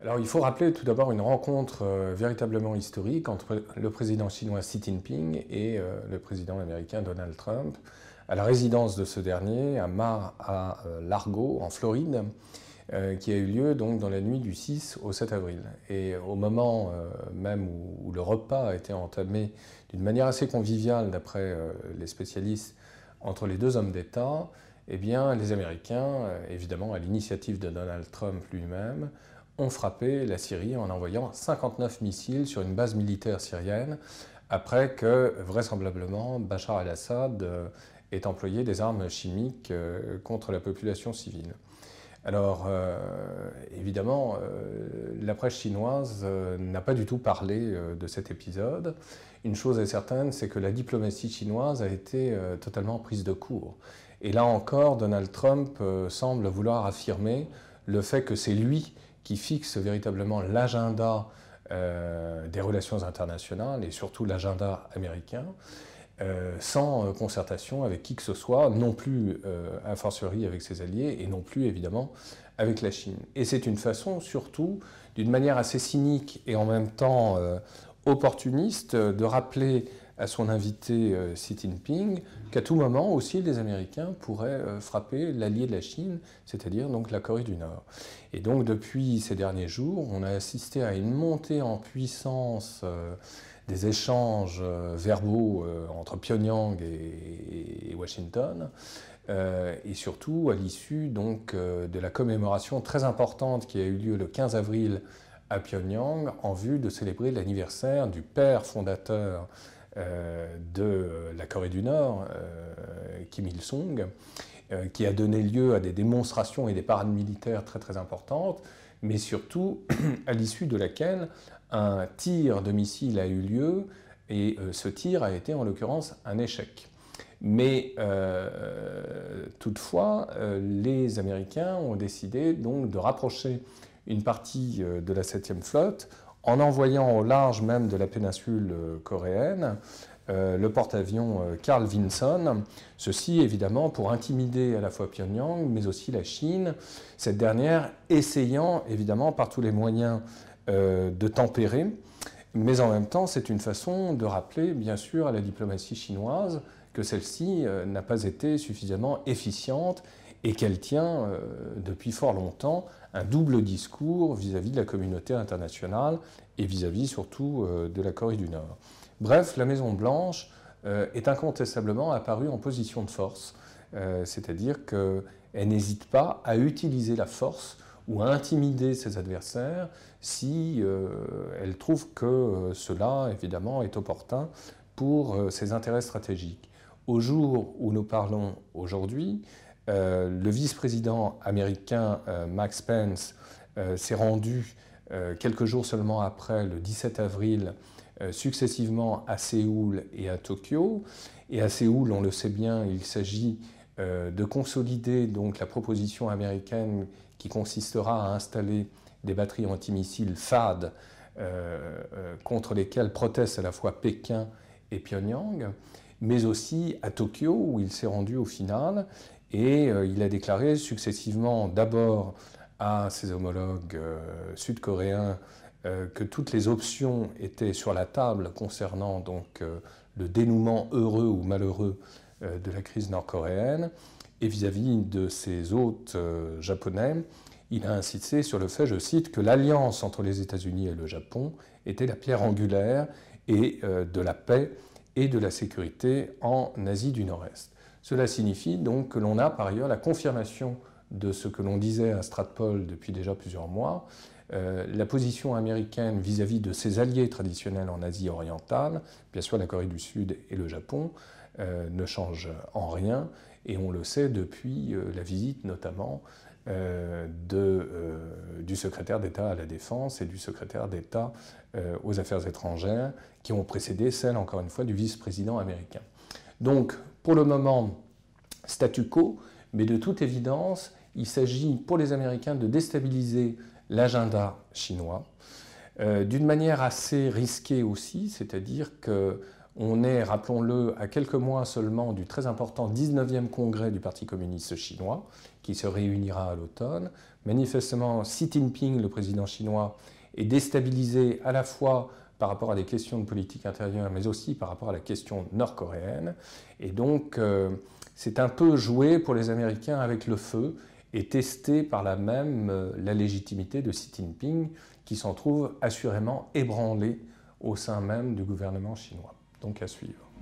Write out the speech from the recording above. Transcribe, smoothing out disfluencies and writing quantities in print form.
Alors il faut rappeler tout d'abord une rencontre véritablement historique entre le président chinois Xi Jinping et le président américain Donald Trump à la résidence de ce dernier à Mar-a-Lago en Floride, qui a eu lieu donc dans la nuit du 6 au 7 avril. Et au moment même où le repas a été entamé d'une manière assez conviviale d'après les spécialistes entre les deux hommes d'État, eh bien les Américains, évidemment à l'initiative de Donald Trump lui-même, ont frappé la Syrie en envoyant 59 missiles sur une base militaire syrienne après que, vraisemblablement, Bachar el-Assad ait employé des armes chimiques contre la population civile. Alors, évidemment, la presse chinoise n'a pas du tout parlé de cet épisode. Une chose est certaine, c'est que la diplomatie chinoise a été totalement prise de court. Et là encore, Donald Trump semble vouloir affirmer le fait que c'est lui qui fixe véritablement l'agenda des relations internationales et surtout l'agenda américain, sans concertation avec qui que ce soit, non plus a fortiori avec ses alliés et non plus évidemment avec la Chine. Et c'est une façon surtout, d'une manière assez cynique et en même temps opportuniste, de rappeler à son invité Xi Jinping qu'à tout moment aussi les Américains pourraient frapper l'allié de la Chine, c'est-à-dire donc la Corée du Nord. Et donc depuis ces derniers jours, on a assisté à une montée en puissance des échanges verbaux entre Pyongyang et Washington, et surtout à l'issue donc de la commémoration très importante qui a eu lieu le 15 avril à Pyongyang en vue de célébrer l'anniversaire du père fondateur de la Corée du Nord, Kim Il-sung, qui a donné lieu à des démonstrations et des parades militaires très très importantes, mais surtout à l'issue de laquelle un tir de missile a eu lieu, et ce tir a été en l'occurrence un échec. Mais toutefois, les Américains ont décidé donc de rapprocher une partie de la 7e flotte en envoyant au large même de la péninsule coréenne le porte-avions Carl Vinson, ceci évidemment pour intimider à la fois Pyongyang mais aussi la Chine, cette dernière essayant évidemment par tous les moyens de tempérer, mais en même temps c'est une façon de rappeler bien sûr à la diplomatie chinoise que celle-ci n'a pas été suffisamment efficiente et qu'elle tient depuis fort longtemps un double discours vis-à-vis de la communauté internationale et vis-à-vis surtout de la Corée du Nord. Bref, la Maison-Blanche est incontestablement apparue en position de force, c'est-à-dire qu'elle n'hésite pas à utiliser la force ou à intimider ses adversaires si elle trouve que cela, évidemment, est opportun pour ses intérêts stratégiques. Au jour où nous parlons aujourd'hui, le vice-président américain Max Pence s'est rendu quelques jours seulement après, le 17 avril, successivement à Séoul et à Tokyo. Et à Séoul, on le sait bien, il s'agit de consolider donc la proposition américaine qui consistera à installer des batteries antimissiles THAAD contre lesquelles protestent à la fois Pékin et Pyongyang, mais aussi à Tokyo où il s'est rendu au final. Et il a déclaré successivement d'abord à ses homologues sud-coréens que toutes les options étaient sur la table concernant donc le dénouement heureux ou malheureux de la crise nord-coréenne. Et vis-à-vis de ses hôtes japonais, il a insisté sur le fait, je cite, que l'alliance entre les États-Unis et le Japon était la pierre angulaire et de la paix et de la sécurité en Asie du Nord-Est. Cela signifie donc que l'on a par ailleurs la confirmation de ce que l'on disait à Stratpol depuis déjà plusieurs mois. La position américaine vis-à-vis de ses alliés traditionnels en Asie orientale, bien sûr la Corée du Sud et le Japon, ne change en rien, et on le sait depuis la visite notamment du secrétaire d'État à la Défense et du secrétaire d'État aux Affaires étrangères, qui ont précédé celle, encore une fois, du vice-président américain. Donc, pour le moment, statu quo, mais de toute évidence, il s'agit pour les Américains de déstabiliser l'agenda chinois, d'une manière assez risquée aussi, c'est-à-dire que On est, rappelons-le, à quelques mois seulement du très important 19e congrès du Parti communiste chinois, qui se réunira à l'automne. Manifestement, Xi Jinping, le président chinois, est déstabilisé à la fois par rapport à des questions de politique intérieure, mais aussi par rapport à la question nord-coréenne. Et donc, c'est un peu jouer pour les Américains avec le feu et tester par là même la légitimité de Xi Jinping, qui s'en trouve assurément ébranlé au sein même du gouvernement chinois. Donc à suivre.